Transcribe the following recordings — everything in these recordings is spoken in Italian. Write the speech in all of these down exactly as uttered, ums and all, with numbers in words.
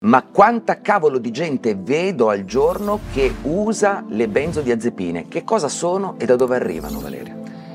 Ma quanta cavolo di gente vedo al giorno che usa le benzodiazepine? Che cosa sono e da dove arrivano, Valerio?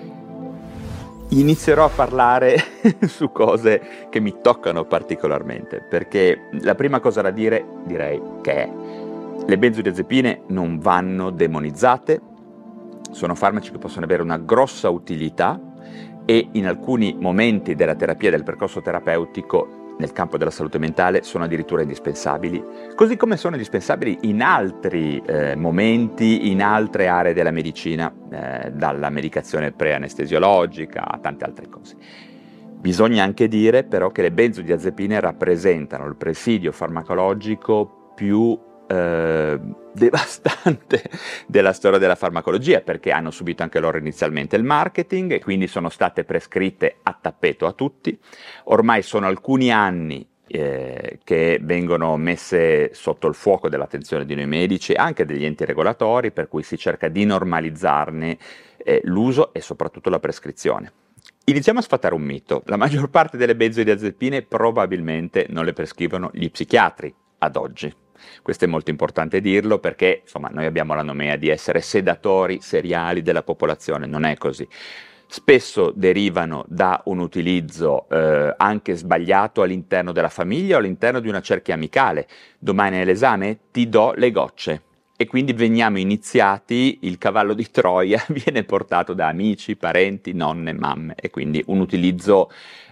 Inizierò a parlare su cose che mi toccano particolarmente, perché la prima cosa da dire direi che è: le benzodiazepine non vanno demonizzate, sono farmaci che possono avere una grossa utilità e in alcuni momenti della terapia, del percorso terapeutico nel campo della salute mentale sono addirittura indispensabili, così come sono indispensabili in altri eh, momenti, in altre aree della medicina, eh, dalla medicazione preanestesiologica a tante altre cose. Bisogna anche dire però che le benzodiazepine rappresentano il presidio farmacologico più eh, devastante della storia della farmacologia, perché hanno subito anche loro inizialmente il marketing e quindi sono state prescritte a tappeto a tutti. Ormai sono alcuni anni eh, che vengono messe sotto il fuoco dell'attenzione di noi medici e anche degli enti regolatori, per cui si cerca di normalizzarne eh, l'uso e soprattutto la prescrizione. Iniziamo a sfatare un mito: la maggior parte delle benzodiazepine probabilmente non le prescrivono gli psichiatri ad oggi. Questo è molto importante dirlo, perché insomma noi abbiamo la nomea di essere sedatori seriali della popolazione, non è così. Spesso derivano da un utilizzo eh, anche sbagliato all'interno della famiglia o all'interno di una cerchia amicale. Domani all'esame ti do le gocce. E quindi veniamo iniziati, il cavallo di Troia viene portato da amici, parenti, nonne, mamme, e quindi un utilizzo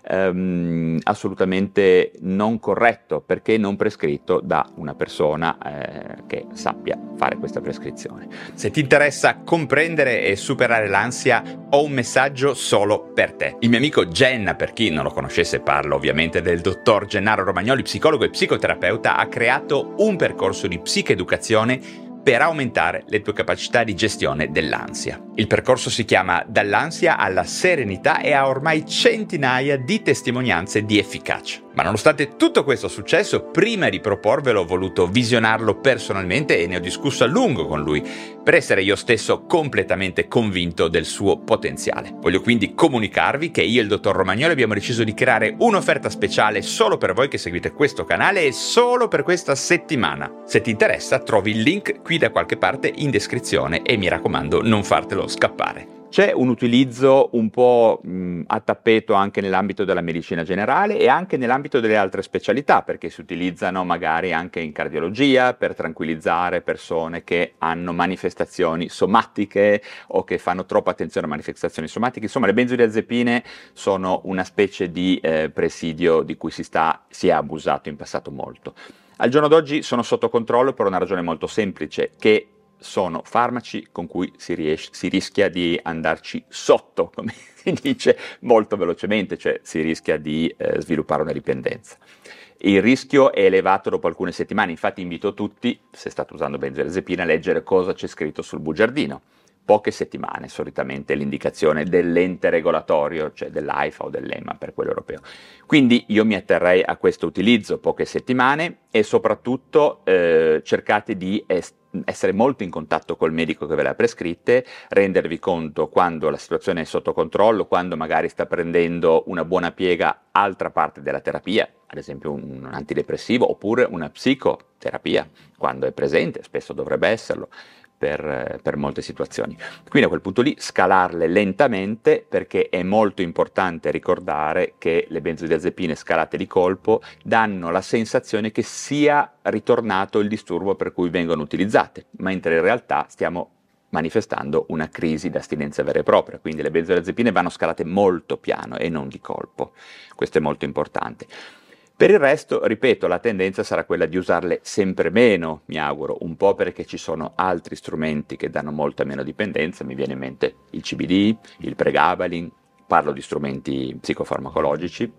ehm, assolutamente non corretto, perché non prescritto da una persona eh, che sappia fare questa prescrizione. Se ti interessa comprendere e superare l'ansia, ho un messaggio solo per te. Il mio amico Genna, per chi non lo conoscesse, parlo ovviamente del dottor Gennaro Romagnoli, psicologo e psicoterapeuta, ha creato un percorso di psicoeducazione per aumentare le tue capacità di gestione dell'ansia. Il percorso si chiama Dall'ansia alla serenità e ha ormai centinaia di testimonianze di efficacia. Ma nonostante tutto questo successo, prima di proporvelo ho voluto visionarlo personalmente e ne ho discusso a lungo con lui, per essere io stesso completamente convinto del suo potenziale. Voglio quindi comunicarvi che io e il dottor Romagnoli abbiamo deciso di creare un'offerta speciale solo per voi che seguite questo canale e solo per questa settimana. Se ti interessa, trovi il link qui da qualche parte in descrizione e mi raccomando, non fartelo scappare. C'è un utilizzo un po' mh, a tappeto anche nell'ambito della medicina generale e anche nell'ambito delle altre specialità, perché si utilizzano magari anche in cardiologia per tranquillizzare persone che hanno manifestazioni somatiche o che fanno troppa attenzione a manifestazioni somatiche. Insomma, le benzodiazepine sono una specie di eh, presidio di cui si, sta, si è abusato in passato molto. Al giorno d'oggi sono sotto controllo per una ragione molto semplice, che sono farmaci con cui si, riesce, si rischia di andarci sotto, come si dice, molto velocemente, cioè si rischia di eh, sviluppare una dipendenza. Il rischio è elevato dopo alcune settimane, infatti invito tutti, se state usando benzodiazepina, a leggere cosa c'è scritto sul bugiardino. Poche settimane, solitamente l'indicazione dell'ente regolatorio, cioè dell'AIFA o dell'E M A per quello europeo. Quindi io mi atterrei a questo utilizzo, poche settimane, e soprattutto eh, cercate di est- essere molto in contatto col medico che ve le ha prescritte, rendervi conto quando la situazione è sotto controllo, quando magari sta prendendo una buona piega altra parte della terapia, ad esempio un, un antidepressivo oppure una psicoterapia, quando è presente, spesso dovrebbe esserlo. Per, per molte situazioni. Quindi a quel punto lì scalarle lentamente, perché è molto importante ricordare che le benzodiazepine scalate di colpo danno la sensazione che sia ritornato il disturbo per cui vengono utilizzate, mentre in realtà stiamo manifestando una crisi d'astinenza vera e propria, quindi le benzodiazepine vanno scalate molto piano e non di colpo. Questo è molto importante. Per il resto, ripeto, la tendenza sarà quella di usarle sempre meno, mi auguro, un po' perché ci sono altri strumenti che danno molta meno dipendenza, mi viene in mente il C B D, il pregabalin, parlo di strumenti psicofarmacologici,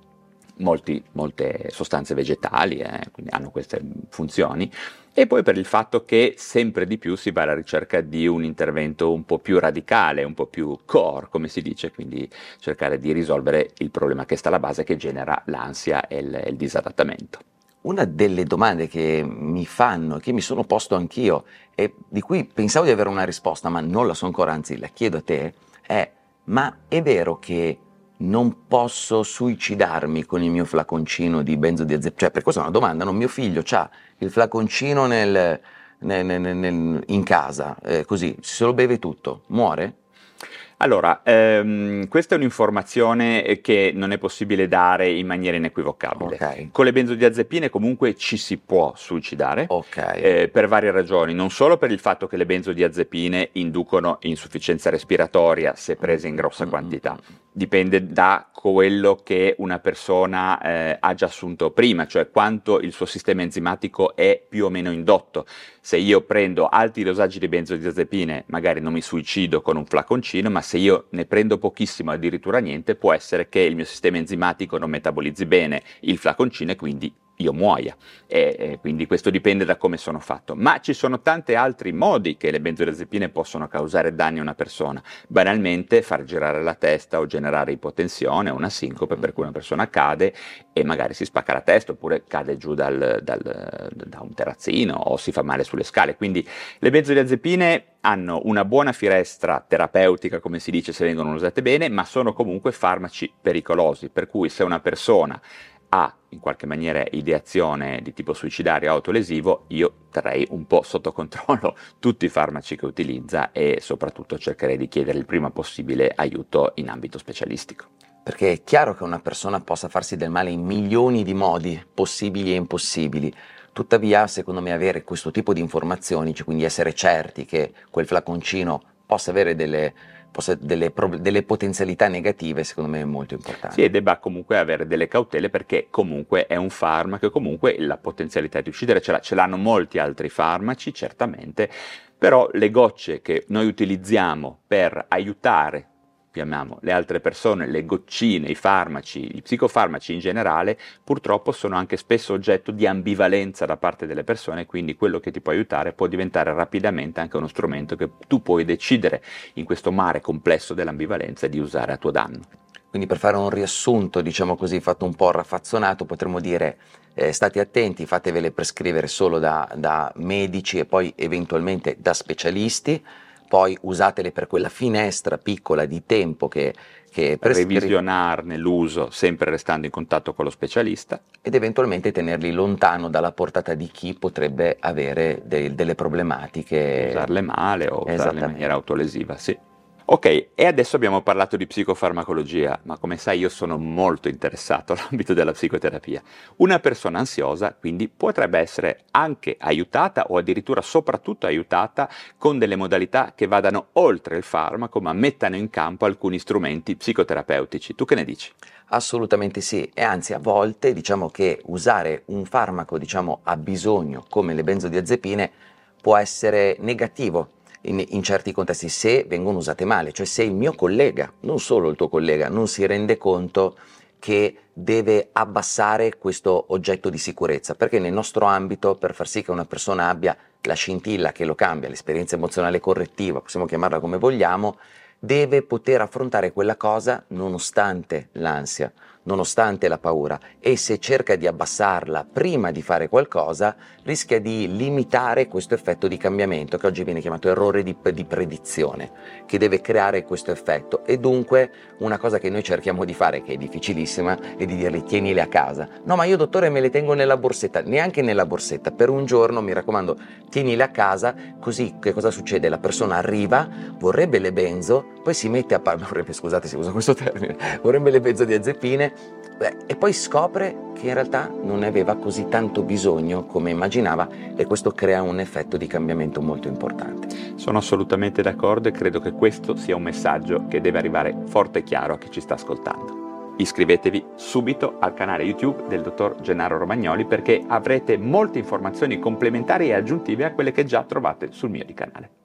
molti, molte sostanze vegetali, eh, quindi hanno queste funzioni, e poi per il fatto che sempre di più si va alla ricerca di un intervento un po' più radicale, un po' più core, come si dice, quindi cercare di risolvere il problema che sta alla base, che genera l'ansia e il, il disadattamento. Una delle domande che mi fanno, che mi sono posto anch'io e di cui pensavo di avere una risposta, ma non la so ancora, anzi la chiedo a te, è: ma è vero che non posso suicidarmi con il mio flaconcino di benzodiazepine? Cioè, per questa è una domanda, no? Mio figlio ha il flaconcino nel, nel, nel, nel, in casa, eh, così, se lo beve tutto, muore? Allora, ehm, questa è un'informazione che non è possibile dare in maniera inequivocabile. Okay. Con le benzodiazepine comunque ci si può suicidare, Okay. eh, per varie ragioni, non solo per il fatto che le benzodiazepine inducono insufficienza respiratoria se prese in grossa quantità, dipende da quello che una persona eh, ha già assunto prima, cioè quanto il suo sistema enzimatico è più o meno indotto. Se io prendo alti dosaggi di benzodiazepine, magari non mi suicido con un flaconcino, ma se io ne prendo pochissimo, addirittura niente, può essere che il mio sistema enzimatico non metabolizzi bene il flaconcino e quindi io muoia, e, e quindi questo dipende da come sono fatto. Ma ci sono tanti altri modi che le benzodiazepine possono causare danni a una persona, banalmente far girare la testa o generare ipotensione o una sincope, per cui una persona cade e magari si spacca la testa, oppure cade giù dal, dal, da un terrazzino o si fa male sulle scale. Quindi le benzodiazepine hanno una buona finestra terapeutica, come si dice, se vengono usate bene, ma sono comunque farmaci pericolosi, per cui se una persona ha in qualche maniera ideazione di tipo suicidario o autolesivo, io terrei un po' sotto controllo tutti i farmaci che utilizza e soprattutto cercherei di chiedere il prima possibile aiuto in ambito specialistico. Perché è chiaro che una persona possa farsi del male in milioni di modi possibili e impossibili. Tuttavia, secondo me, avere questo tipo di informazioni, cioè quindi essere certi che quel flaconcino possa avere delle Delle, delle potenzialità negative, secondo me è molto importante. Sì, e debba comunque avere delle cautele, perché comunque è un farmaco e comunque la potenzialità di uccidere ce, ce l'hanno molti altri farmaci, certamente, però le gocce che noi utilizziamo per aiutare, chiamiamo, le altre persone, le goccine, i farmaci, i psicofarmaci in generale, purtroppo sono anche spesso oggetto di ambivalenza da parte delle persone, quindi quello che ti può aiutare può diventare rapidamente anche uno strumento che tu puoi decidere in questo mare complesso dell'ambivalenza di usare a tuo danno. Quindi, per fare un riassunto, diciamo così, fatto un po' raffazzonato, potremmo dire eh, state attenti, fatevele prescrivere solo da, da medici e poi eventualmente da specialisti. Poi usatele per quella finestra piccola di tempo che, che prescri- revisionarne l'uso sempre restando in contatto con lo specialista ed eventualmente tenerli lontano dalla portata di chi potrebbe avere de- delle problematiche, usarle male o usarle in maniera autolesiva, sì. Ok, e adesso abbiamo parlato di psicofarmacologia, ma come sai io sono molto interessato all'ambito della psicoterapia. Una persona ansiosa quindi potrebbe essere anche aiutata o addirittura soprattutto aiutata con delle modalità che vadano oltre il farmaco ma mettano in campo alcuni strumenti psicoterapeutici. Tu che ne dici? Assolutamente sì, e anzi a volte diciamo che usare un farmaco diciamo a bisogno come le benzodiazepine può essere negativo. In, in certi contesti, se vengono usate male, cioè se il mio collega, non solo il tuo collega, non si rende conto che deve abbassare questo oggetto di sicurezza, perché nel nostro ambito, per far sì che una persona abbia la scintilla che lo cambia, l'esperienza emozionale correttiva, possiamo chiamarla come vogliamo, deve poter affrontare quella cosa nonostante l'ansia, nonostante la paura, e se cerca di abbassarla prima di fare qualcosa rischia di limitare questo effetto di cambiamento che oggi viene chiamato errore di, di predizione, che deve creare questo effetto. E dunque una cosa che noi cerchiamo di fare, che è difficilissima, è di dirgli tienile a casa. No, ma io dottore me le tengo nella borsetta. Neanche nella borsetta, per un giorno, mi raccomando, tienile a casa, così che cosa succede? La persona arriva, vorrebbe le benzo, poi si mette a parlare, vorrebbe, scusate se uso questo termine, vorrebbe le benzodiazepine, beh, e poi scopre che in realtà non ne aveva così tanto bisogno come immaginava, e questo crea un effetto di cambiamento molto importante. Sono assolutamente d'accordo e credo che questo sia un messaggio che deve arrivare forte e chiaro a chi ci sta ascoltando. Iscrivetevi subito al canale YouTube del dottor Gennaro Romagnoli, perché avrete molte informazioni complementari e aggiuntive a quelle che già trovate sul mio canale.